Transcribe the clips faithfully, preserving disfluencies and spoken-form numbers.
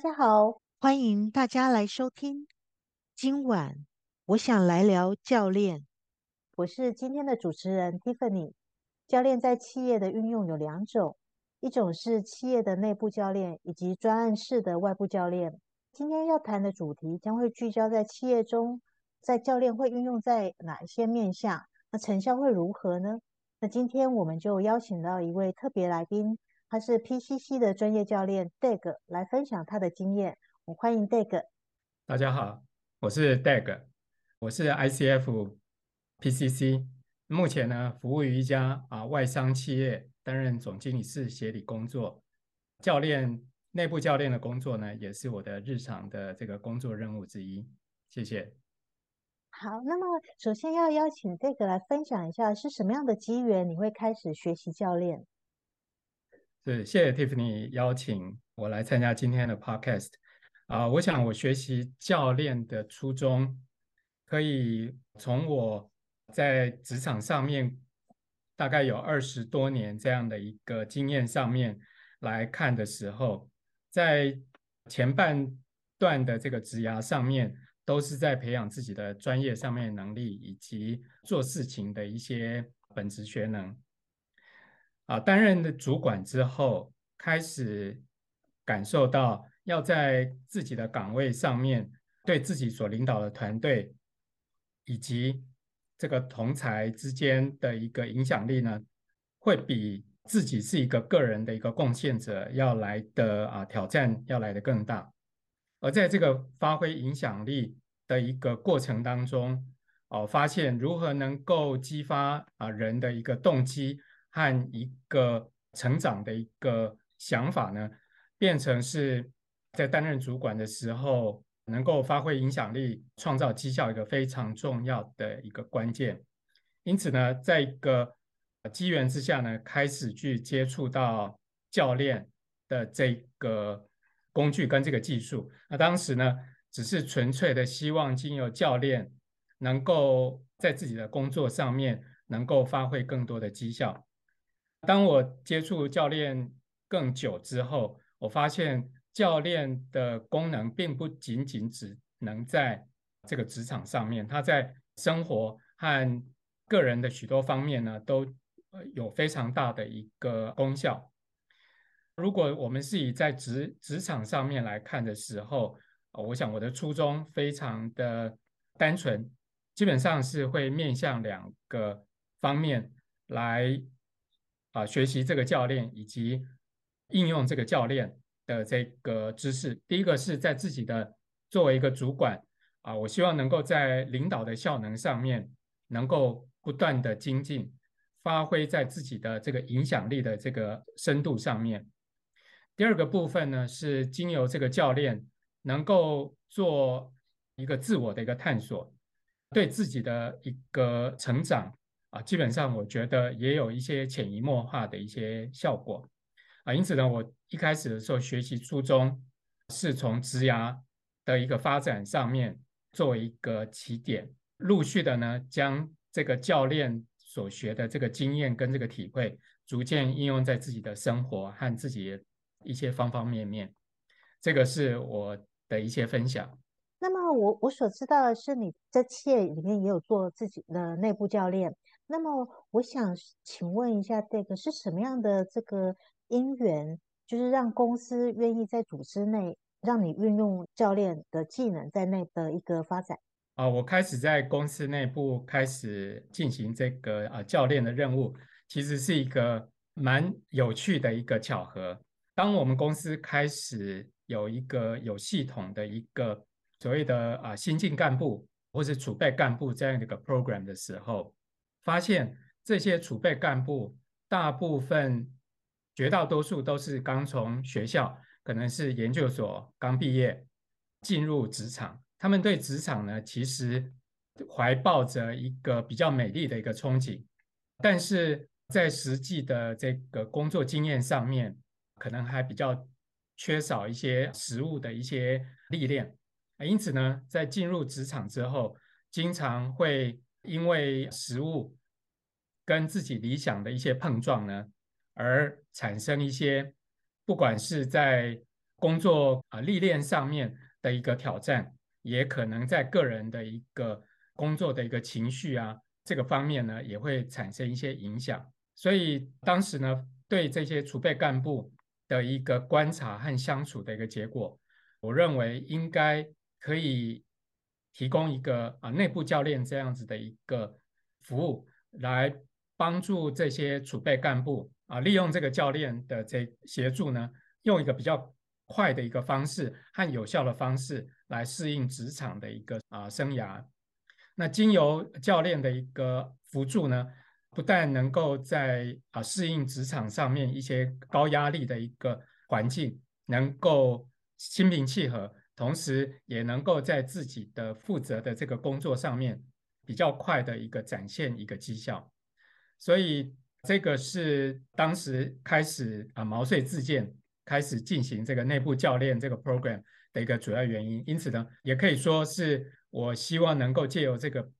家好。 欢迎大家来收听。今晚我想来聊教练。 我是今天的主持人 Tiffany。教练在企业的运用有两种，一种是企业的内部教练，以及专案式的外部教练。今天要谈的主题将会聚焦在企业中，在教练会运用在哪一些面向，那成效会如何呢？那今天我们就邀请到一位特别来宾，他是 P C C 的专业教练 Dag 来分享他的经验。我欢迎 Dag。 大家好，我是 Dag，我是 I C F P C C，目前呢服务于一家啊外商企业，担任总经理室协理工作。教练内部教练的工作呢，也是我的日常的这个工作任务之一。谢谢。 好，那么首先要邀请这个来分享一下，是什么样的机缘你会开始学习教练？ 是，谢谢 Tiffany 邀请我来参加今天的 Podcast。啊、我想我学习教练的初衷，可以从我在职场上面大概有二十多年这样的一个经验上面来看的时候，在前半段的这个职涯上面，都是在培养自己的专业上面的能力，以及做事情的一些本质学能。啊，担任的主管之后，开始感受到要在自己的岗位上面，对自己所领导的团队以及这个同才之间的一个影响力呢，会比自己是一个个人的一个贡献者要来的啊挑战要来的更大。而在这个发挥影响力的一个过程当中，哦，发现如何能够激发啊人的一个动机和一个成长的一个想法呢，变成是在担任主管的时候能够发挥影响力、创造绩效一个非常重要的一个关键。因此呢，在一个机缘之下呢，开始去接触到教练的这个工具跟这个技术。那当时呢，只是纯粹的希望经由教练能够在自己的工作上面能够发挥更多的绩效。当我接触教练更久之后，我发现教练的功能并不仅仅只能在这个职场上面，他在生活和个人的许多方面呢，都有非常大的一个功效。如果我们是以在职职场上面来看的时候，我想我的初衷非常的单纯，基本上是会面向两个方面来啊学习这个教练以及应用这个教练的这个知识。第一个是在自己的作为一个主管啊，我希望能够在领导的效能上面能够不断的精进，发挥在自己的这个影响力的这个深度上面。第二个部分呢，是经由这个教练能够做一个自我的一个探索，对自己的一个成长啊，基本上我觉得也有一些潜移默化的一些效果啊。因此呢，我一开始的时候学习初衷是从职涯的一个发展上面作为一个起点，陆续的呢将这个教练所学的这个经验跟这个体会，逐渐应用在自己的生活和自己的一些方方面面。这个是我的一些分享。 那么我我所知道的是，你在企业里面也有做自己的内部教练。那么我想请问一下，这个是什么样的这个因缘，就是让公司愿意在组织内让你运用教练的技能在内的一个发展？ 啊，我开始在公司内部开始进行这个啊教练的任务，其实是一个蛮有趣的一个巧合。当我们公司开始有一个有系统的一个所谓的啊新进干部或是储备干部这样的一个 program 的时候，发现这些储备干部大部分绝大多数都是刚从学校，可能是研究所刚毕业进入职场。他们对职场呢，其实怀抱着一个比较美丽的一个憧憬，但是在实际的这个工作经验上面，可能还比较缺少一些实务的一些历练。因此呢，在进入职场之后，经常会因为实务跟自己理想的一些碰撞呢，而产生一些不管是在工作啊历练上面的一个挑战，也可能在个人的一个工作的一个情绪啊这个方面呢，也会产生一些影响。所以当时呢，对这些储备干部的一个观察和相处的一个结果，我认为应该可以提供一个啊内部教练这样子的一个服务，来帮助这些储备干部啊，利用这个教练的这协助呢，用一个比较快的一个方式和有效的方式来适应职场的一个啊生涯。那经由教练的一个辅助呢，不但能够在啊适应职场上面一些高压力的一个环境，能够心平气和，同时也能够在自己的负责的这个工作上面比较快的一个展现一个绩效。所以这个是当时开始啊毛遂自荐，开始进行这个内部教练这个 program 的一个主要原因。因此呢，也可以说是我希望能够借由这个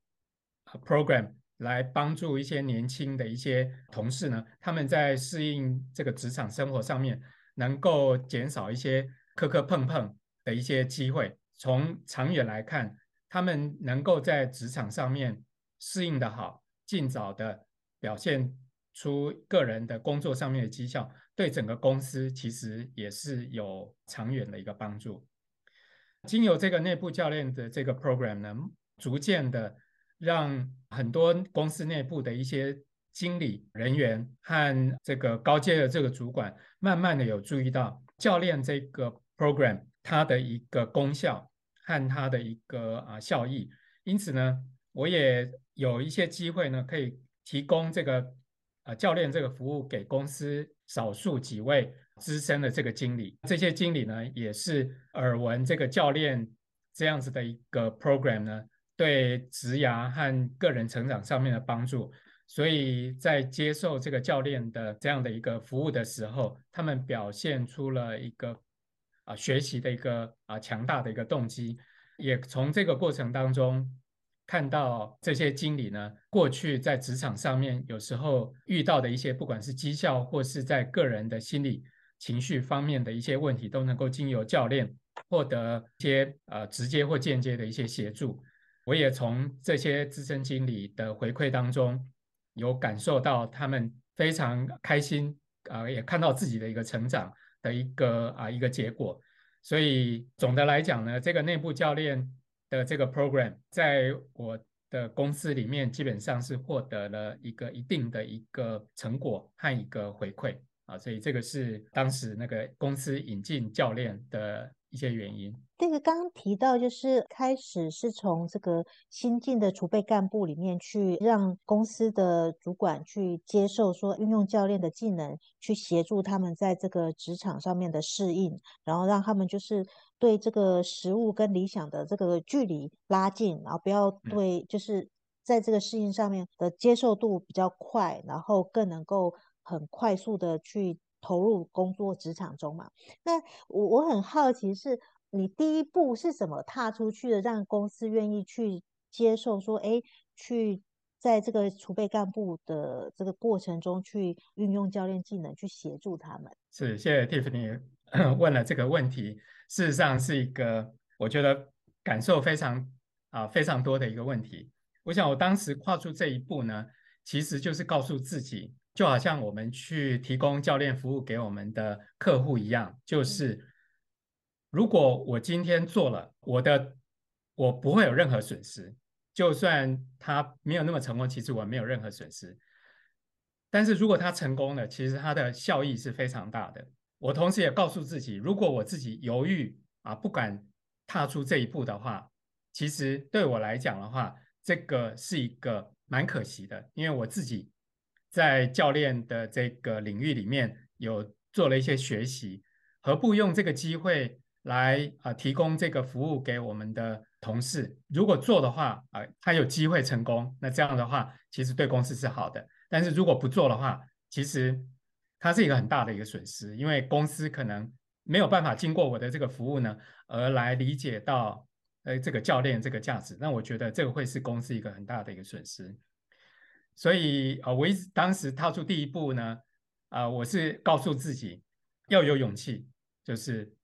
program 来帮助一些年轻的一些同事呢，他们在适应这个职场生活上面，能够减少一些磕磕碰碰的一些机会。从长远来看，他们能够在职场上面适应的好，尽早的表现出个人的工作上面的绩效，对整个公司其实也是有长远的一个帮助。经由这个内部教练的这个 program 呢，逐渐的让很多公司内部的一些经理人员和这个高阶的这个主管，慢慢的有注意到教练这个 program 它的一个功效和它的一个啊效益。因此呢，我也有一些机会呢，可以提供这个呃教练这个服务给公司少数几位资深的这个经理。这些经理呢，也是耳闻这个教练这样子的一个 program 呢，对职涯和个人成长上面的帮助。所以在接受这个教练的这样的一个服务的时候，他们表现出了一个啊学习的一个啊强大的一个动机，也从这个过程当中看到这些经理呢，过去在职场上面有时候遇到的一些不管是绩效或是在个人的心理情绪方面的一些问题，都能够经由教练获得一些呃直接或间接的一些协助。我也从这些资深经理的回馈当中，有感受到他们非常开心啊、呃，也看到自己的一个成长的一个啊、呃、一个结果。所以总的来讲呢，这个内部教练的这个 program 在我的公司里面基本上是获得了一个一定的一个成果和一个回馈啊，所以这个是当时那个公司引进教练的一些原因。 这个刚刚提到，就是开始是从这个新进的储备干部里面去让公司的主管去接受说运用教练的技能，去协助他们在这个职场上面的适应，然后让他们就是对这个实务跟理想的这个距离拉近，然后不要对就是在这个适应上面的接受度比较快，然后更能够很快速的去投入工作职场中嘛。那我我很好奇是，你第一步是怎么踏出去的，让公司愿意去接受说，哎，去在这个储备干部的这个过程中去运用教练技能去协助他们？ 是，谢谢 Tiffany 问了这个问题，事实上是一个我觉得感受非常啊、非常多的一个问题。我想我当时跨出这一步呢，其实就是告诉自己，就好像我们去提供教练服务给我们的客户一样，就是如果我今天做了，我的我不会有任何损失，就算他没有那么成功，其实我没有任何损失。但是如果他成功了，其实他的效益是非常大的。我同时也告诉自己，如果我自己犹豫啊，不敢踏出这一步的话，其实对我来讲的话，这个是一个蛮可惜的，因为我自己在教练的这个领域里面有做了一些学习，何不用这个机会来啊、呃、提供这个服务给我们的同事？如果做的话啊、呃，他有机会成功，那这样的话其实对公司是好的。但是如果不做的话，其实它是一个很大的一个损失，因为公司可能没有办法经过我的这个服务呢，而来理解到呃这个教练这个价值。那我觉得这个会是公司一个很大的一个损失。所以啊、呃，我一直当时踏出第一步呢，啊、呃，我是告诉自己要有勇气，就是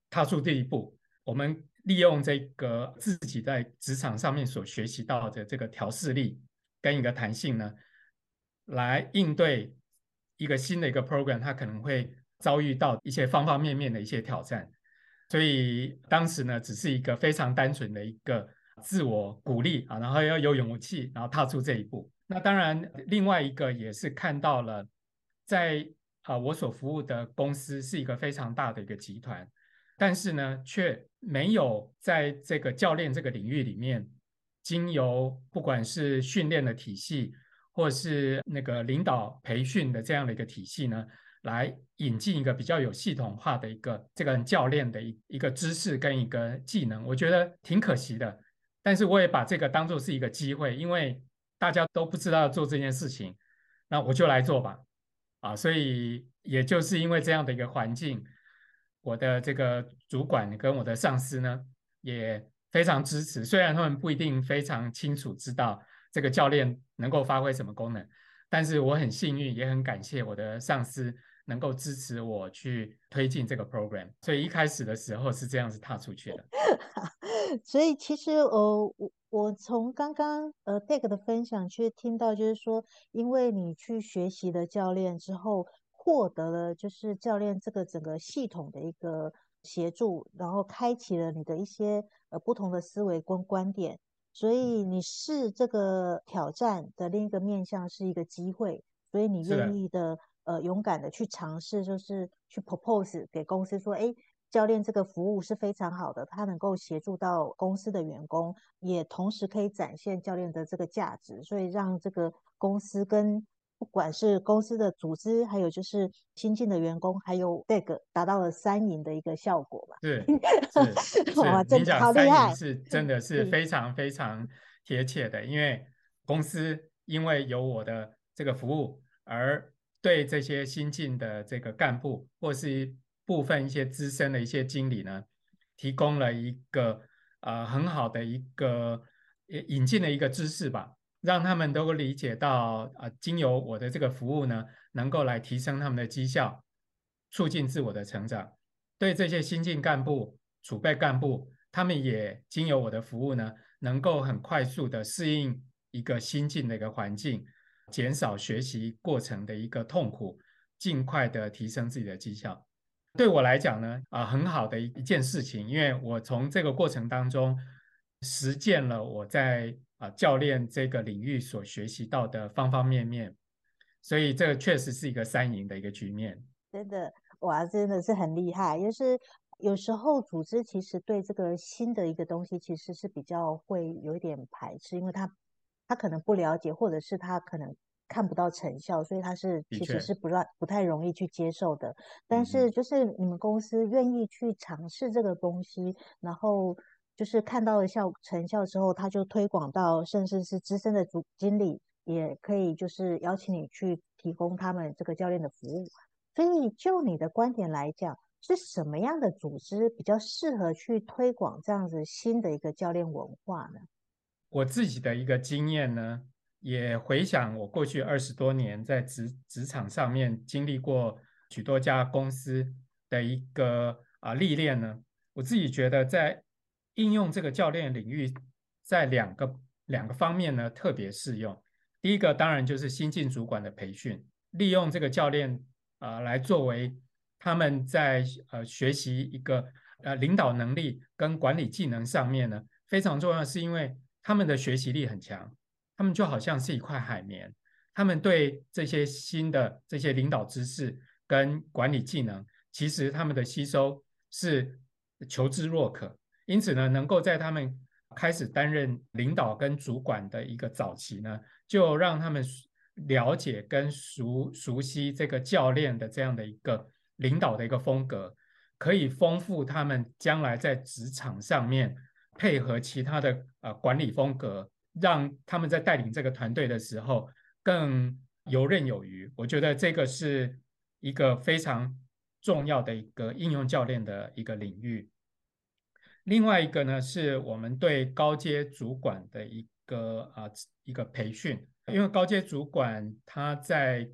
踏出第一步，我们利用这个自己在职场上面所学习到的这个调试力跟一个弹性呢，来应对一个新的一个 program， 它可能会遭遇到一些方方面面的一些挑战。所以当时呢，只是一个非常单纯的一个自我鼓励啊，然后要有勇气，然后踏出这一步。那当然，另外一个也是看到了在，在啊我所服务的公司是一个非常大的一个集团，但是呢，却没有在这个教练这个领域里面，经由不管是训练的体系，或是那个领导培训的这样的一个体系呢，来引进一个比较有系统化的一个这个教练的一一个知识跟一个技能，我觉得挺可惜的。但是我也把这个当做是一个机会，因为大家都不知道做这件事情，那我就来做吧。啊，所以也就是因为这样的一个环境，我的这个主管跟我的上司呢，也非常支持。虽然他们不一定非常清楚知道这个教练能够发挥什么功能，但是我很幸运，也很感谢我的上司能够支持我去推进这个 program。所以一开始的时候是这样子踏出去的。 所以其实呃，我我从刚刚呃 Dick 的分享去听到，就是说，因为你去学习了教练之后，获得了就是教练这个整个系统的一个协助，然后开启了你的一些呃不同的思维跟观点，所以你试这个挑战的另一个面向是一个机会，所以你愿是的， 意的呃勇敢的去尝试，就是去 propose 给公司说，哎。教练这个服务是非常好的，他能够协助到公司的员工，也同时可以展现教练的这个价值，所以让这个公司跟不管是公司的组织，还有就是新进的员工，还有这个达到了三赢的一个效果嘛。 是是哇， 是， 真你讲好厉害！ 三赢是真的是是非常非常贴切的，因为公司因为有我的这个服务，而对这些新进的这个干部或是部分一些资深的一些经理呢，提供了一个呃很好的一个引进的一个知识吧，让他们都理解到啊、呃，经由我的这个服务呢，能够来提升他们的绩效，促进自我的成长。对这些新进干部、储备干部，他们也经由我的服务呢，能够很快速的适应一个新进的一个环境，减少学习过程的一个痛苦，尽快的提升自己的绩效。对我来讲呢，啊、呃很好的一件事情，因为我从这个过程当中实践了我在啊、呃教练这个领域所学习到的方方面面，所以这个确实是一个三赢的一个局面。 真的，哇，真的是很厉害。就是有时候组织其实对这个新的一个东西其实是比较会有一点排斥，因为他他可能不了解，或者是他可能看不到成效，所以他是其实的确， 是不让不太容易去接受的。但嗯嗯， 是就是你们公司愿意去尝试这个东西，然后就是看到了效成效之后，他就推广到甚至是资深的组经理也可以就是邀请你去提供他们这个教练的服务。所以，就你的观点来讲，是什么样的组织比较适合去推广这样子新的一个教练文化呢？ 我自己的一个经验呢，也回想我过去二十多年在职职场上面经历过许多家公司的一个啊、历练呢，我自己觉得在应用这个教练领域，在两个两个方面呢特别适用。第一个当然就是新进主管的培训，利用这个教练啊、呃来作为他们在呃学习一个呃领导能力跟管理技能上面呢非常重要，是因为他们的学习力很强，他们就好像是一块海绵，他们对这些新的这些领导知识跟管理技能，其实他们的吸收是求知若渴，因此呢，能够在他们开始担任领导跟主管的一个早期呢，就让他们了解跟熟熟悉这个教练的这样的一个领导的一个风格，可以丰富他们将来在职场上面配合其他的呃管理风格，让他们在带领这个团队的时候更游刃有余。我觉得这个是一个非常重要的一个应用教练的一个领域。另外一个呢，是我们对高阶主管的一个啊、呃、一个培训，因为高阶主管他在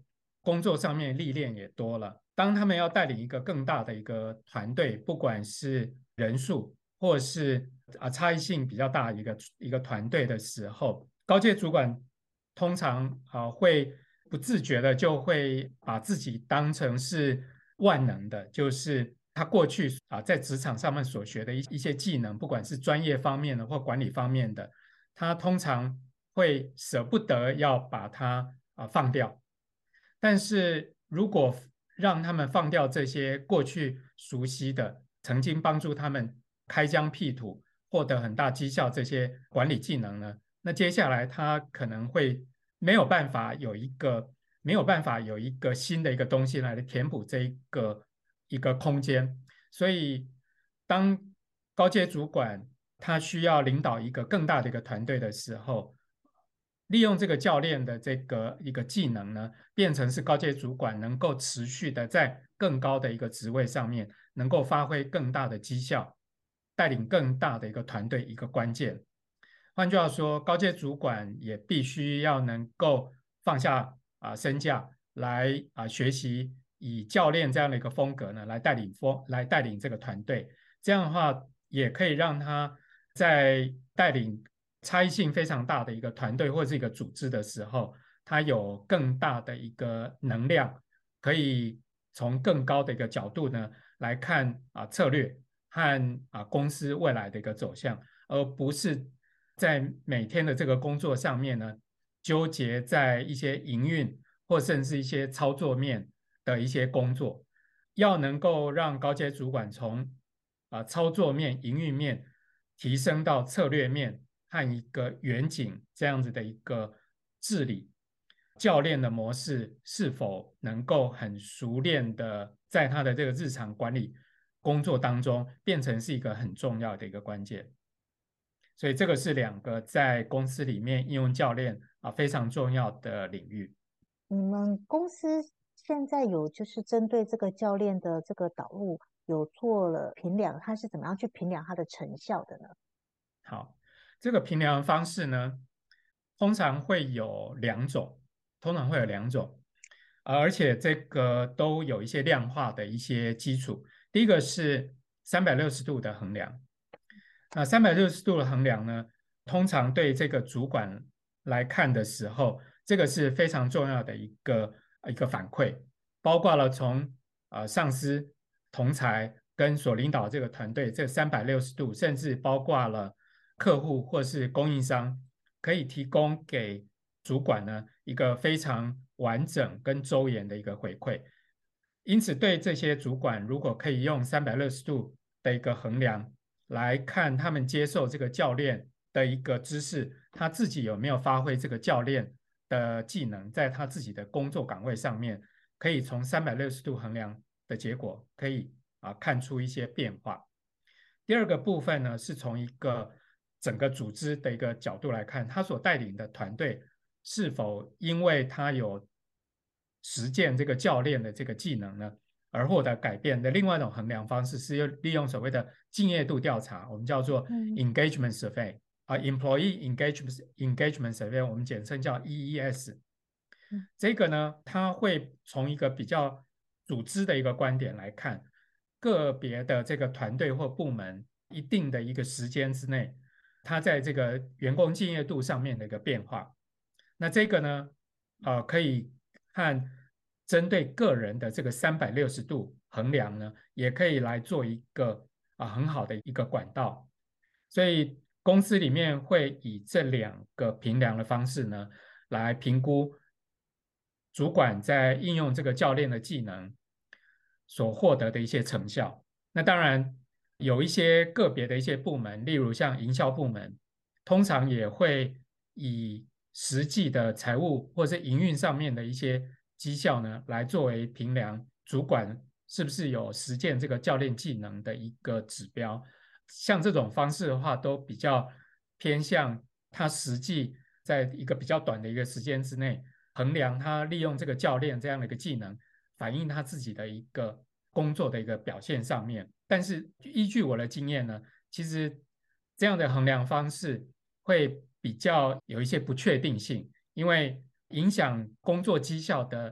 工作上面历练也多了。当他们要带领一个更大的一个团队，不管是人数或是啊差异性比较大的一个一个团队的时候，高阶主管通常啊会不自觉的就会把自己当成是万能的，就是他过去啊在职场上面所学的一一些技能，不管是专业方面的或管理方面的，他通常会舍不得要把它啊放掉。但是如果让他们放掉这些过去熟悉的、曾经帮助他们开疆辟土、获得很大绩效这些管理技能呢，那接下来他可能会没有办法有一个没有办法有一个新的一个东西来填补这一个一个空间。所以，当高阶主管他需要领导一个更大的一个团队的时候，利用这个教练的这个一个技能呢，变成是高阶主管能够持续的在更高的一个职位上面，能够发挥更大的绩效，带领更大的一个团队一个关键。换句话说，高阶主管也必须要能够放下啊身价，来啊学习以教练这样的一个风格呢，来带领风来带领这个团队。这样的话，也可以让他在带领差异性非常大的一个团队或者是一个组织的时候，他有更大的一个能量，可以从更高的一个角度呢来看啊策略和啊公司未来的一个走向，而不是在每天的这个工作上面呢纠结在一些营运或甚至一些操作面的一些工作。要能够让高阶主管从啊操作面、营运面提升到策略面和一个远景这样子的一个治理，教练的模式是否能够很熟练的在他的这个日常管理工作当中变成是一个很重要的一个关键。所以这个是两个在公司里面应用教练啊非常重要的领域。 你们公司现在有就是针对这个教练的这个导入，有做了评量，他是怎么样去评量他的成效的呢？ 好，这个评量方式呢，通常会有两种，通常会有两种，而且这个都有一些量化的一些基础。第一个是三百六十度的衡量，那三百六十度的衡量呢，通常对这个主管来看的时候，这个是非常重要的一个一个反馈，包括了从呃上司、同才跟所领导这个团队这三百六十度，甚至包括了客户或是供应商，可以提供给主管呢一个非常完整跟周延的一个回馈。因此，对这些主管，如果可以用三百六十度的一个衡量来看他们接受这个教练的一个知识，他自己有没有发挥这个教练的技能，在他自己的工作岗位上面，可以从三百六十度衡量的结果，可以啊看出一些变化。第二个部分呢，是从一个整个组织的一个角度来看，他所带领的团队是否因为他有实践这个教练的这个技能呢，而获得改变的。另外一种衡量方式是利用所谓的敬业度调查，我们叫做 engagement survey 啊、嗯、，employee engagement engagement survey， 我们简称叫 E E S。这个呢，它会从一个比较组织的一个观点来看，个别的这个团队或部门一定的一个时间之内，它在这个员工敬业度上面的一个变化。那这个呢，呃，可以和针对个人的这个三百六十度衡量呢，也可以来做一个啊、呃、很好的一个管道。所以公司里面会以这两个评量的方式呢，来评估主管在应用这个教练的技能所获得的一些成效。那当然有一些个别的一些部门，例如像营销部门，通常也会以实际的财务或者营运上面的一些绩效呢，来作为评量主管是不是有实践这个教练技能的一个指标。像这种方式的话，都比较偏向他实际在一个比较短的一个时间之内，衡量他利用这个教练这样的一个技能，反映他自己的一个工作的一个表现上面。但是依据我的经验呢，其实这样的衡量方式会比较有一些不确定性，因为影响工作绩效的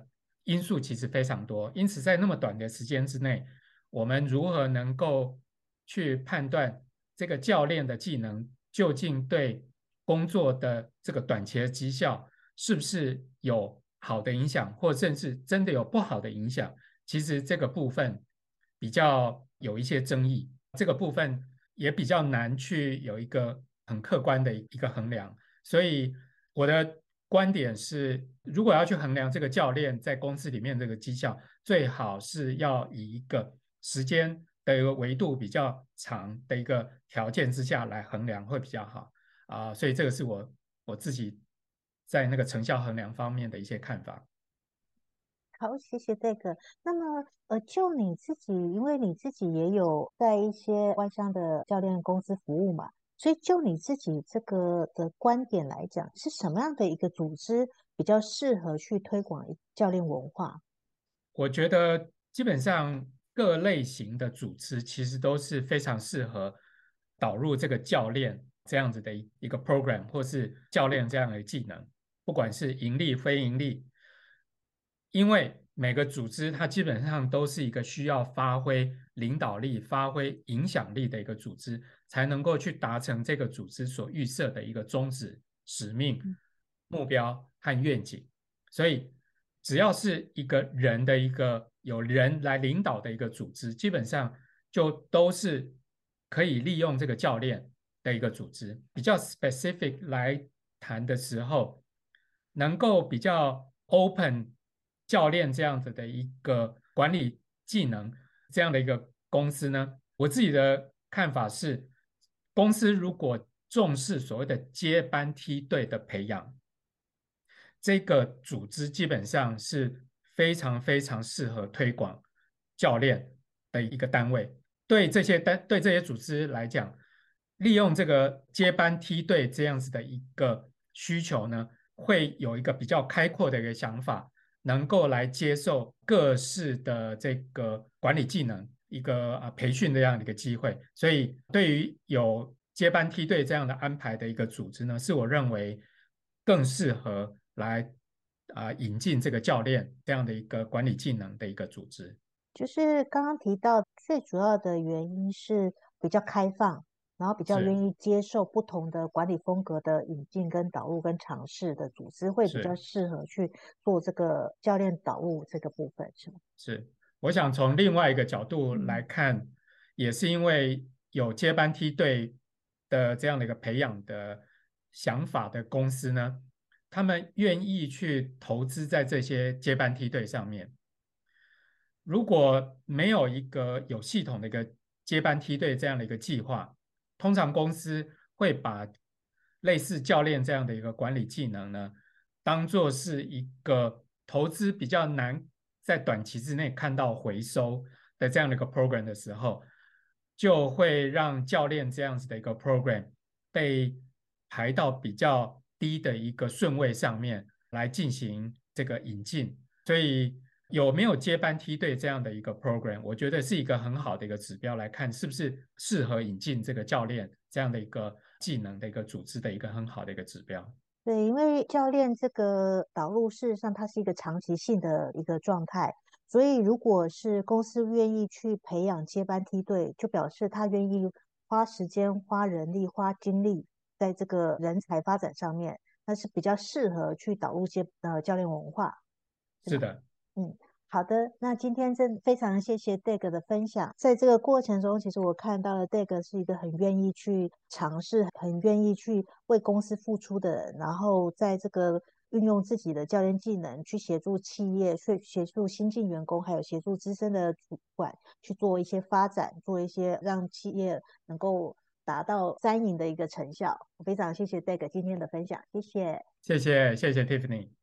因素其实非常多，因此在那么短的时间之内，我们如何能够去判断这个教练的技能究竟对工作的这个短期的绩效是不是有好的影响，或甚至真的有不好的影响？其实这个部分比较有一些争议，这个部分也比较难去有一个很客观的一个衡量。所以我的观点是，如果要去衡量这个教练在公司里面这个绩效，最好是要以一个时间的一个维度比较长的一个条件之下来衡量会比较好啊、呃所以这个是我我自己在那个成效衡量方面的一些看法。 好，谢谢这个。那么，呃，就你自己，因为你自己也有在一些外商的教练公司服务嘛，所以就你自己这个的观点来讲，是什么样的一个组织比较适合去推广教练文化？ 我觉得基本上各类型的组织其实都是非常适合导入这个教练这样子的一个 program，或是教练这样的技能，不管是盈利非盈利，因为每个组织它基本上都是一个需要发挥领导力、发挥影响力的一个组织，才能够去达成这个组织所预设的一个宗旨、使命、目标和愿景。所以，只要是一个人的一个有人来领导的一个组织，基本上就都是可以利用这个教练的一个组织。比较 specific 来谈的时候，能够比较 open 教练这样子的一个管理技能这样的一个公司呢，我自己的看法是，公司如果重视所谓的接班梯队的培养，这个组织基本上是非常非常适合推广教练的一个单位。对这些单对这些组织来讲，利用这个接班梯队这样子的一个需求呢，会有一个比较开阔的一个想法，能够来接受各式的这个管理技能一个啊培训这样的一个机会。所以对于有接班梯队这样的安排的一个组织呢，是我认为更适合来啊、呃引进这个教练这样的一个管理技能的一个组织。 就是刚刚提到最主要的原因是比较开放，然后比较是愿意接受不同的管理风格的引进跟导入跟尝试的组织，会比较是适合去做这个教练导入这个部分，是吗？ 是，我想从另外一个角度来嗯。 看，也是因为有接班梯队的这样的一个培养的想法的公司呢，他们愿意去投资在这些接班梯队上面。如果没有一个有系统的一个接班梯队这样的一个计划，通常公司会把类似教练这样的一个管理技能呢，当做是一个投资比较难在短期之内看到回收的这样的一个 program 的时候，就会让教练这样子的一个 program 被排到比较低的一个顺位上面来进行这个引进。所以有没有接班梯队这样的一个 program，我觉得是一个很好的一个指标来看是不是适合引进这个教练这样的一个技能的一个组织的一个很好的一个指标。 对，因为教练这个导入，事实上它是一个长期性的一个状态，所以如果是公司愿意去培养接班梯队，就表示他愿意花时间、花人力、花精力在这个人才发展上面，那是比较适合去导入接呃教练文化，是吧？ 是的。 嗯，好的。那今天真非常谢谢 Dag 的分享。在这个过程中，其实我看到了 Dag 是一个很愿意去尝试、很愿意去为公司付出的人，然后在这个运用自己的教练技能去协助企业、去协助新进员工，还有协助资深的主管去做一些发展，做一些让企业能够达到三赢的一个成效。我非常谢谢 Dag 今天的分享，谢谢。 谢谢谢谢 Tiffany。